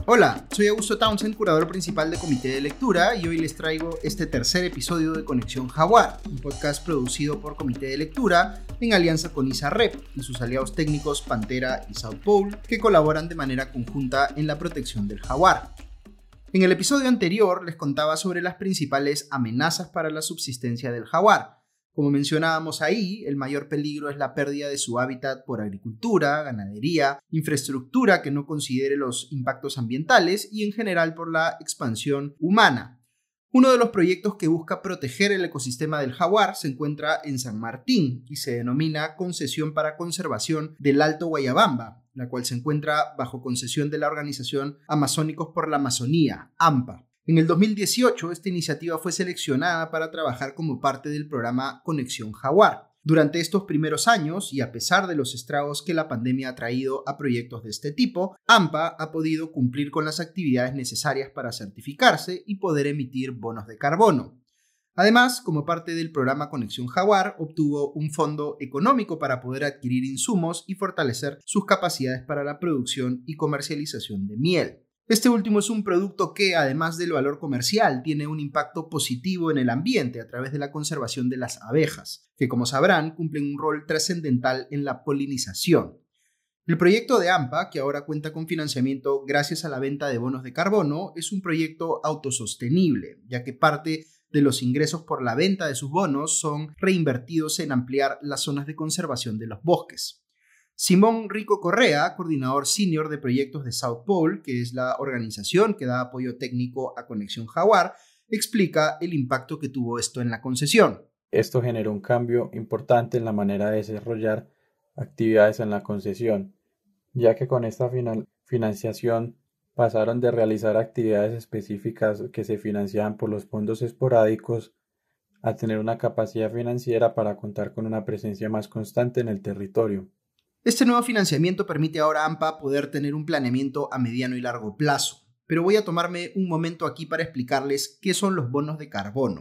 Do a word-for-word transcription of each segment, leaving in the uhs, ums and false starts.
Hola, soy Augusto Townsend, curador principal de Comité de Lectura, y hoy les traigo este tercer episodio de Conexión Jaguar, un podcast producido por Comité de Lectura en alianza con ISARREP y sus aliados técnicos Pantera y South Pole, que colaboran de manera conjunta en la protección del jaguar. En el episodio anterior les contaba sobre las principales amenazas para la subsistencia del jaguar. Como mencionábamos ahí, el mayor peligro es la pérdida de su hábitat por agricultura, ganadería, infraestructura que no considere los impactos ambientales y en general por la expansión humana. Uno de los proyectos que busca proteger el ecosistema del jaguar se encuentra en San Martín y se denomina Concesión para Conservación del Alto Guayabamba, la cual se encuentra bajo concesión de la Organización Amazónicos por la Amazonía, AMPA. En el dos mil dieciocho, esta iniciativa fue seleccionada para trabajar como parte del programa Conexión Jaguar. Durante estos primeros años, y a pesar de los estragos que la pandemia ha traído a proyectos de este tipo, AMPA ha podido cumplir con las actividades necesarias para certificarse y poder emitir bonos de carbono. Además, como parte del programa Conexión Jaguar, obtuvo un fondo económico para poder adquirir insumos y fortalecer sus capacidades para la producción y comercialización de miel. Este último es un producto que, además del valor comercial, tiene un impacto positivo en el ambiente a través de la conservación de las abejas, que, como sabrán, cumplen un rol trascendental en la polinización. El proyecto de AMPA, que ahora cuenta con financiamiento gracias a la venta de bonos de carbono, es un proyecto autosostenible, ya que parte de los ingresos por la venta de sus bonos son reinvertidos en ampliar las zonas de conservación de los bosques. Simón Rico Correa, coordinador senior de proyectos de South Pole, que es la organización que da apoyo técnico a Conexión Jaguar, explica el impacto que tuvo esto en la concesión. Esto generó un cambio importante en la manera de desarrollar actividades en la concesión, ya que con esta final- financiación pasaron de realizar actividades específicas que se financiaban por los fondos esporádicos a tener una capacidad financiera para contar con una presencia más constante en el territorio. Este nuevo financiamiento permite ahora a AMPA poder tener un planeamiento a mediano y largo plazo, pero voy a tomarme un momento aquí para explicarles qué son los bonos de carbono.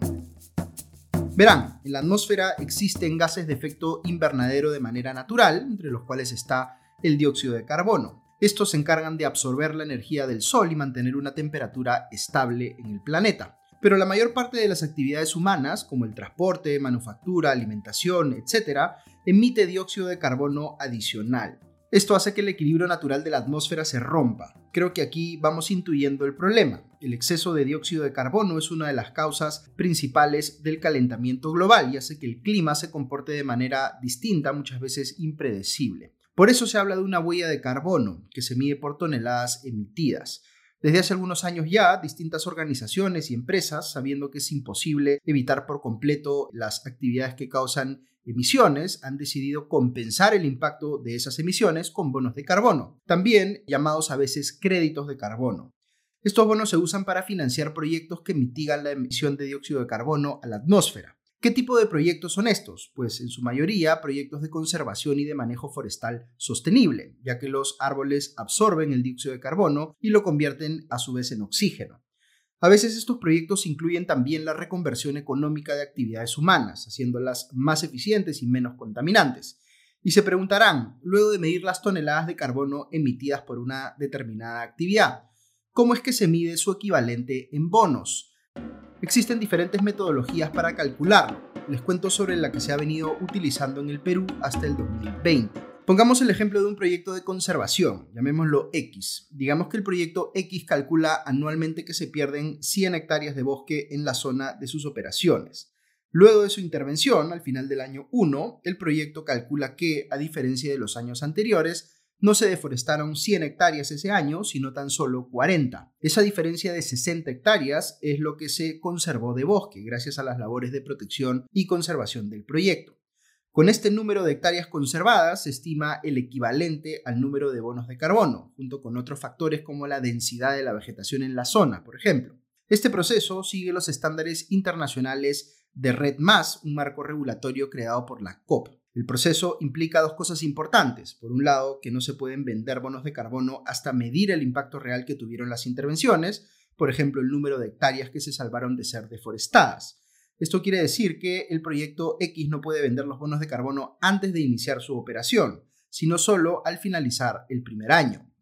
Verán, en la atmósfera existen gases de efecto invernadero de manera natural, entre los cuales está el dióxido de carbono. Estos se encargan de absorber la energía del sol y mantener una temperatura estable en el planeta. Pero la mayor parte de las actividades humanas, como el transporte, manufactura, alimentación, etcétera, emite dióxido de carbono adicional. Esto hace que el equilibrio natural de la atmósfera se rompa. Creo que aquí vamos intuyendo el problema. El exceso de dióxido de carbono es una de las causas principales del calentamiento global y hace que el clima se comporte de manera distinta, muchas veces impredecible. Por eso se habla de una huella de carbono, que se mide por toneladas emitidas. Desde hace algunos años ya, distintas organizaciones y empresas, sabiendo que es imposible evitar por completo las actividades que causan emisiones, han decidido compensar el impacto de esas emisiones con bonos de carbono, también llamados a veces créditos de carbono. Estos bonos se usan para financiar proyectos que mitigan la emisión de dióxido de carbono a la atmósfera. ¿Qué tipo de proyectos son estos? Pues en su mayoría proyectos de conservación y de manejo forestal sostenible, ya que los árboles absorben el dióxido de carbono y lo convierten a su vez en oxígeno. A veces estos proyectos incluyen también la reconversión económica de actividades humanas, haciéndolas más eficientes y menos contaminantes. Y se preguntarán, luego de medir las toneladas de carbono emitidas por una determinada actividad, ¿cómo es que se mide su equivalente en bonos? Existen diferentes metodologías para calcularlo. Les cuento sobre la que se ha venido utilizando en el Perú hasta el dos mil veinte. Pongamos el ejemplo de un proyecto de conservación, llamémoslo X. Digamos que el proyecto X calcula anualmente que se pierden cien hectáreas de bosque en la zona de sus operaciones. Luego de su intervención, al final del año uno, el proyecto calcula que, a diferencia de los años anteriores, no se deforestaron cien hectáreas ese año, sino tan solo cuarenta. Esa diferencia de sesenta hectáreas es lo que se conservó de bosque, gracias a las labores de protección y conservación del proyecto. Con este número de hectáreas conservadas se estima el equivalente al número de bonos de carbono, junto con otros factores como la densidad de la vegetación en la zona, por ejemplo. Este proceso sigue los estándares internacionales de REDD más, un marco regulatorio creado por la C O P. El proceso implica dos cosas importantes. Por un lado, que no se pueden vender bonos de carbono hasta medir el impacto real que tuvieron las intervenciones, por ejemplo, el número de hectáreas que se salvaron de ser deforestadas. Esto quiere decir que el proyecto X no puede vender los bonos de carbono antes de iniciar su operación, sino solo al finalizar el primer año.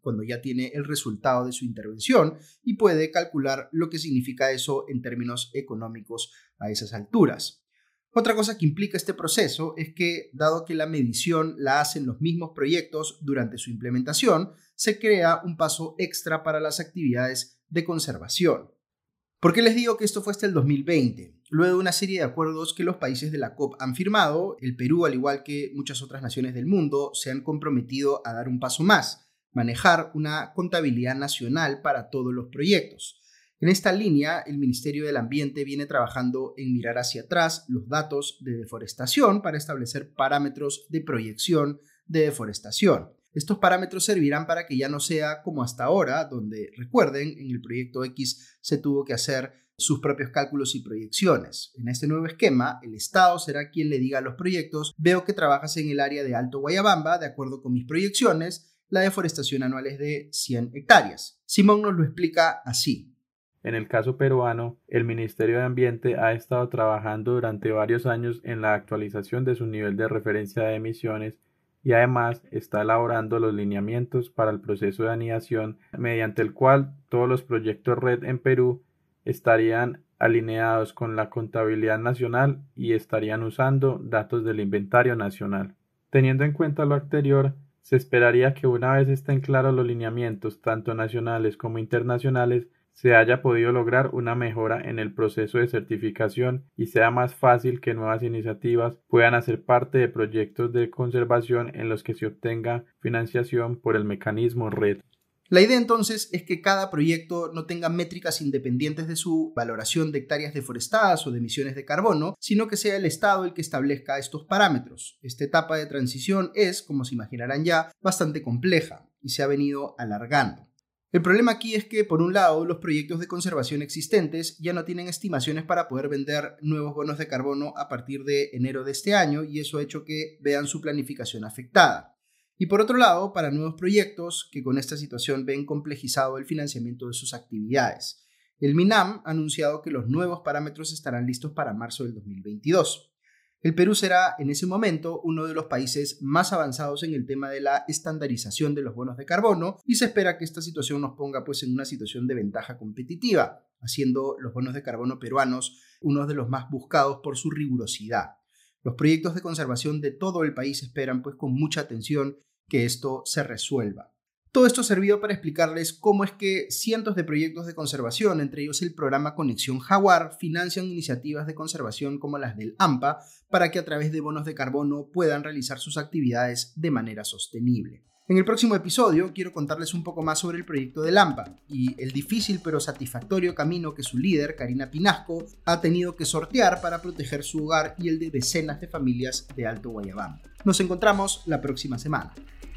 cuando ya tiene el resultado de su intervención y puede calcular lo que significa eso en términos económicos a esas alturas. Otra cosa que implica este proceso es que, dado que la medición la hacen los mismos proyectos durante su implementación, se crea un paso extra para las actividades de conservación. ¿Por qué les digo que esto fue hasta el dos mil veinte? Luego de una serie de acuerdos que los países de la COP han firmado, el Perú, al igual que muchas otras naciones del mundo, se han comprometido a dar un paso más, manejar una contabilidad nacional para todos los proyectos. En esta línea, el Ministerio del Ambiente viene trabajando en mirar hacia atrás los datos de deforestación para establecer parámetros de proyección de deforestación. Estos parámetros servirán para que ya no sea como hasta ahora, donde, recuerden, en el proyecto X se tuvo que hacer sus propios cálculos y proyecciones. En este nuevo esquema, el Estado será quien le diga a los proyectos: veo que trabajas en el área de Alto Guayabamba, de acuerdo con mis proyecciones, la deforestación anual es de cien hectáreas. Simón nos lo explica así. En el caso peruano, el Ministerio de Ambiente ha estado trabajando durante varios años en la actualización de su nivel de referencia de emisiones y además está elaborando los lineamientos para el proceso de anidación, mediante el cual todos los proyectos R E D en Perú estarían alineados con la contabilidad nacional y estarían usando datos del inventario nacional. Teniendo en cuenta lo anterior, se esperaría que una vez estén claros los lineamientos, tanto nacionales como internacionales, se haya podido lograr una mejora en el proceso de certificación y sea más fácil que nuevas iniciativas puedan hacer parte de proyectos de conservación en los que se obtenga financiación por el mecanismo R E D. La idea entonces es que cada proyecto no tenga métricas independientes de su valoración de hectáreas deforestadas o de emisiones de carbono, sino que sea el Estado el que establezca estos parámetros. Esta etapa de transición es, como se imaginarán ya, bastante compleja y se ha venido alargando. El problema aquí es que, por un lado, los proyectos de conservación existentes ya no tienen estimaciones para poder vender nuevos bonos de carbono a partir de enero de este año y eso ha hecho que vean su planificación afectada. Y por otro lado, para nuevos proyectos que con esta situación ven complejizado el financiamiento de sus actividades. El MINAM ha anunciado que los nuevos parámetros estarán listos para marzo del dos mil veintidós. El Perú será en ese momento uno de los países más avanzados en el tema de la estandarización de los bonos de carbono y se espera que esta situación nos ponga pues en una situación de ventaja competitiva, haciendo los bonos de carbono peruanos uno de los más buscados por su rigurosidad. Los proyectos de conservación de todo el país esperan pues con mucha atención que esto se resuelva. Todo esto ha servido para explicarles cómo es que cientos de proyectos de conservación, entre ellos el programa Conexión Jaguar, financian iniciativas de conservación como las del AMPA para que a través de bonos de carbono puedan realizar sus actividades de manera sostenible. En el próximo episodio quiero contarles un poco más sobre el proyecto del AMPA y el difícil pero satisfactorio camino que su líder, Karina Pinasco, ha tenido que sortear para proteger su hogar y el de decenas de familias de Alto Guayabamba. Nos encontramos la próxima semana.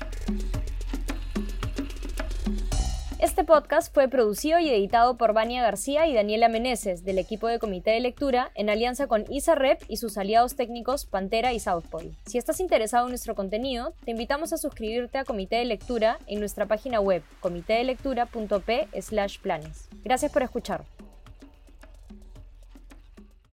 Este podcast fue producido y editado por Vania García y Daniela Meneses, del equipo de Comité de Lectura, en alianza con ISAREP y sus aliados técnicos Pantera y Southpole. Si estás interesado en nuestro contenido, te invitamos a suscribirte a Comité de Lectura en nuestra página web comitedelectura punto p slash planes. Gracias por escuchar.